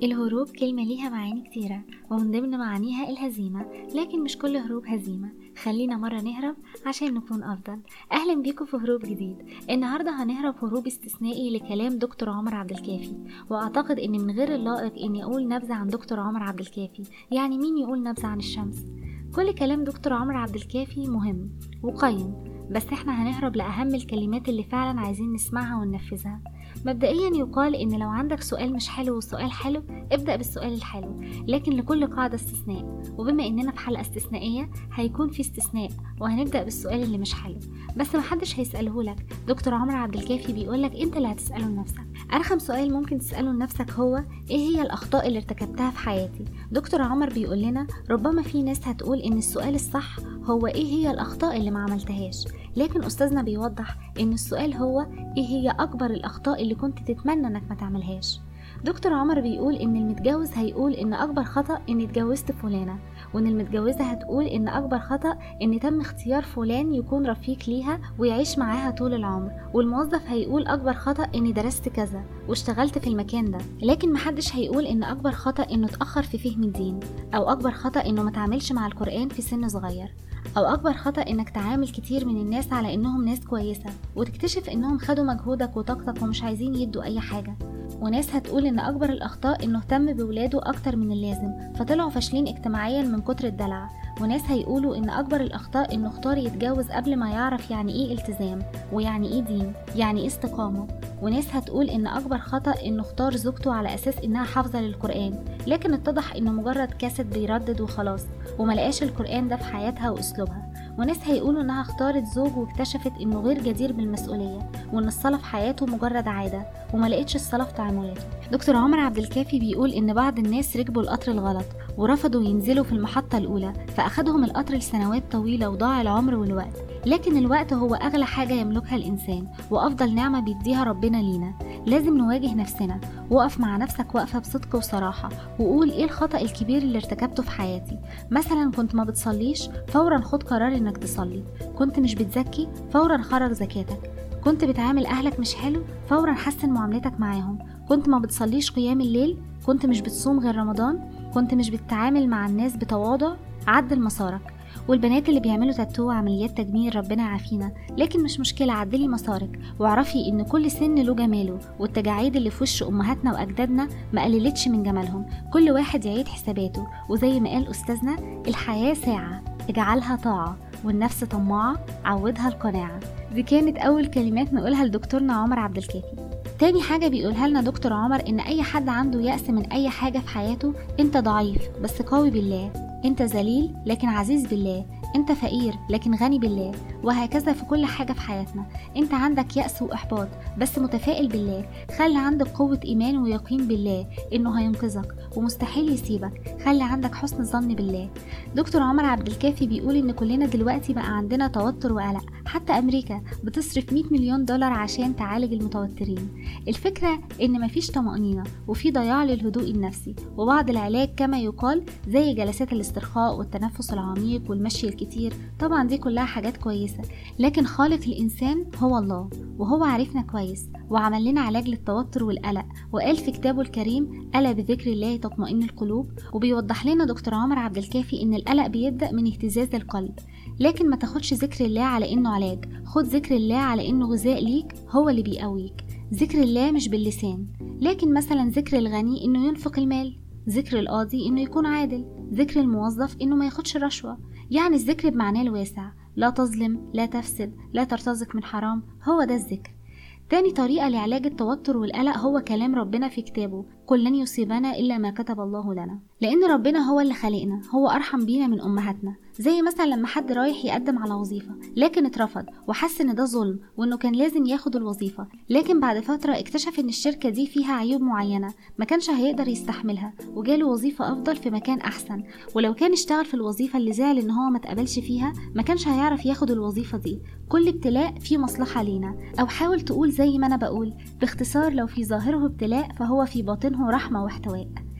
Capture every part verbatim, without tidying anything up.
الهروب كلمة ليها معاني كتيرة، ومن ضمن معانيها الهزيمة، لكن مش كل هروب هزيمة. خلينا مرة نهرب عشان نكون أفضل. أهلا بيكم في هروب جديد. النهاردة هنهرب هروب استثنائي لكلام دكتور عمر عبد الكافي، وأعتقد إن من غير اللائق إني أقول نبذة عن دكتور عمر عبد الكافي. يعني مين يقول نبذة عن الشمس؟ كل كلام دكتور عمر عبد الكافي مهم وقيم، بس احنا هنهرب لأهم الكلمات اللي فعلا عايزين نسمعها وننفذها. مبدئيا يقال ان لو عندك سؤال مش حلو وسؤال حلو، ابدأ بالسؤال الحلو، لكن لكل قاعدة استثناء، وبما اننا في حلقة استثنائية هيكون في استثناء، وهنبدأ بالسؤال اللي مش حلو بس محدش هيسأله لك. دكتور عمر عبد الكافي بيقولك انت اللي هتسأله لنفسك. ارخم سؤال ممكن تسأله لنفسك هو ايه هي الاخطاء اللي ارتكبتها في حياتي؟ دكتور عمر بيقول لنا ربما في ناس هتقول ان السؤال الصح هو ايه هي الاخطاء اللي ما عملتهاش، لكن استاذنا بيوضح ان السؤال هو ايه هي اكبر الاخطاء اللي كنت تتمنى انك ما تعملهاش. دكتور عمر بيقول ان المتجوز هيقول ان اكبر خطأ اني اتجوزت فلانة، وان المتجوزة هتقول ان اكبر خطأ ان تم اختيار فلان يكون رفيق ليها ويعيش معاها طول العمر، والموظف هيقول اكبر خطأ اني درست كذا واشتغلت في المكان ده، لكن محدش هيقول ان اكبر خطأ انه اتأخر في فهم الدين، او اكبر خطأ انه ما تعاملش مع القرآن في سن صغير، او اكبر خطأ انك تعامل كتير من الناس على انهم ناس كويسة وتكتشف انهم خدوا مجهودك وطاقتك ومش عايزين يدوا اي حاجة. وناس هتقول ان اكبر الاخطاء انه اهتم بولاده اكتر من اللازم فطلعوا فاشلين اجتماعيا من كتر الدلع. وناس هيقولوا ان اكبر الاخطاء انه اختار يتجوز قبل ما يعرف يعني ايه التزام، ويعني ايه دين، يعني ايه استقامة. وناس هتقول ان اكبر خطأ انه اختار زوجته على اساس انها حافظة للقرآن، لكن اتضح انه مجرد كاسيت بيردد وخلاص، وملقاش القرآن ده في حياتها واسلوبها. وناس هيقولوا انها اختارت زوج واكتشفت انه غير جدير بالمسؤولية، وان الصلاة في حياته مجرد عادة، وما لقيتش الصلاة في تعاملاته. دكتور عمر عبد الكافي بيقول ان بعض الناس ركبوا القطر الغلط ورفضوا ينزلوا في المحطة الاولى، فاخدهم القطر لسنوات طويلة وضاع العمر والوقت. لكن الوقت هو اغلى حاجة يملكها الانسان، وافضل نعمة بيديها ربنا لينا. لازم نواجه نفسنا، وقف مع نفسك وقفة بصدق وصراحة، وقول ايه الخطأ الكبير اللي ارتكبته في حياتي. مثلا كنت ما بتصليش، فورا خد قرار انك تصلي. كنت مش بتزكي، فورا خرج زكاتك. كنت بتعامل اهلك مش حلو، فورا حسن معاملتك معاهم. كنت ما بتصليش قيام الليل، كنت مش بتصوم غير رمضان، كنت مش بتتعامل مع الناس بتواضع، عدل مسارك. والبنات اللي بيعملوا تاتو وعمليات تجميل ربنا يعافينا، لكن مش مشكلة، عدلي مسارك واعرفي ان كل سن له جماله، والتجاعيد اللي في وش امهاتنا واجدادنا ما قللتش من جمالهم. كل واحد يعيد حساباته، وزي ما قال استاذنا الحياة ساعة اجعلها طاعة، والنفس طماعة عودها القناعة. دي كانت اول كلمات نقولها لدكتورنا عمر عبد الكافي. تاني حاجة بيقولها لنا دكتور عمر ان اي حد عنده يأس من اي حاجة في حياته، انت ضعيف بس قوي بالله، انت ذليل لكن عزيز بالله، انت فقير لكن غني بالله. وهكذا في كل حاجة في حياتنا. انت عندك يأس واحباط بس متفائل بالله. خلي عندك قوة ايمان ويقين بالله انه هينقذك ومستحيل يسيبك. خلي عندك حسن ظن بالله. دكتور عمر عبد الكافي بيقول ان كلنا دلوقتي بقى عندنا توتر وقلق، حتى امريكا بتصرف مية مليون دولار عشان تعالج المتوترين. الفكرة ان مفيش طمأنينة، وفي ضياع للهدوء النفسي، وبعض العلاج كما يقال زي جلسات الاسترخاء والتنفس العميق والمشي الكتير. طبعا دي كلها حاجات كويسة، لكن خالق الإنسان هو الله، وهو عارفنا كويس وعمل لنا علاج للتوتر والقلق، وقال في كتابه الكريم ألا بذكر الله تطمئن القلوب. وبيوضح لنا دكتور عمر عبد الكافي إن القلق بيبدأ من اهتزاز القلب، لكن ما تاخدش ذكر الله على إنه علاج، خد ذكر الله على إنه غذاء ليك، هو اللي بيقويك. ذكر الله مش باللسان، لكن مثلا ذكر الغني إنه ينفق المال، ذكر القاضي إنه يكون عادل، ذكر الموظف إنه ما ياخدش رشوة. يعني الذكر بمعناه الواسع، لا تظلم، لا تفسد، لا ترتزق من حرام، هو ده الذكر. تاني طريقة لعلاج التوتر والقلق هو كلام ربنا في كتابه قل لن يصيبنا إلا ما كتب الله لنا، لأن ربنا هو اللي خلقنا، هو أرحم بينا من أمهاتنا. زي مثلا لما حد رايح يقدم على وظيفة لكن اترفض وحس ان ده ظلم وانه كان لازم ياخد الوظيفة، لكن بعد فترة اكتشف ان الشركة دي فيها عيوب معينة ما كانش هيقدر يستحملها، وجاله وظيفة افضل في مكان احسن. ولو كان اشتغل في الوظيفة اللي زعل ان هو ما تقبلش فيها ما كانش هيعرف ياخد الوظيفة دي. كل ابتلاء فيه مصلحة لينا، او حاول تقول زي ما انا بقول باختصار، لو في ظاهره ابتلاء فهو في باطنه رحمة واحتواء.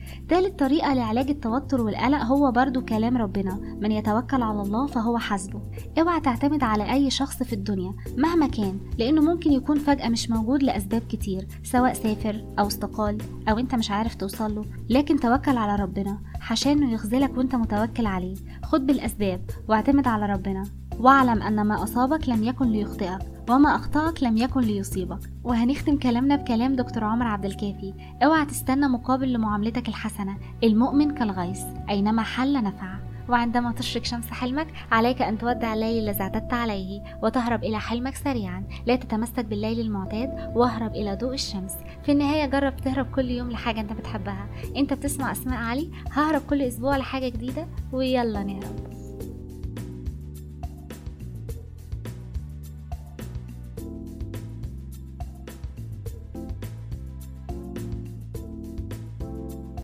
تالت طريقة لعلاج التوتر والقلق هو برضو كلام ربنا: من يتوكل على الله فهو حسبه. اوعى تعتمد على اي شخص في الدنيا مهما كان، لانه ممكن يكون فجأة مش موجود لاسباب كتير، سواء سافر او استقال او انت مش عارف توصله. لكن توكل على ربنا عشان يخذلك وانت متوكل عليه. خد بالاسباب واعتمد على ربنا، واعلم ان ما اصابك لم يكن ليخطئك وما أخطأك لم يكن ليصيبك. وهنختم كلامنا بكلام دكتور عمر عبد الكافي: اوعى تستنى مقابل لمعاملتك الحسنة، المؤمن كالغيث أينما حل نفع. وعندما تشرق شمس حلمك عليك أن تودع الليل الذي اعتدت عليه وتهرب إلى حلمك سريعا. لا تتمسك بالليل المعتاد واهرب إلى ضوء الشمس. في النهاية جرب تهرب كل يوم لحاجة أنت بتحبها. أنت بتسمع أسماء علي، ههرب كل أسبوع لحاجة جديدة، ويلا نهرب.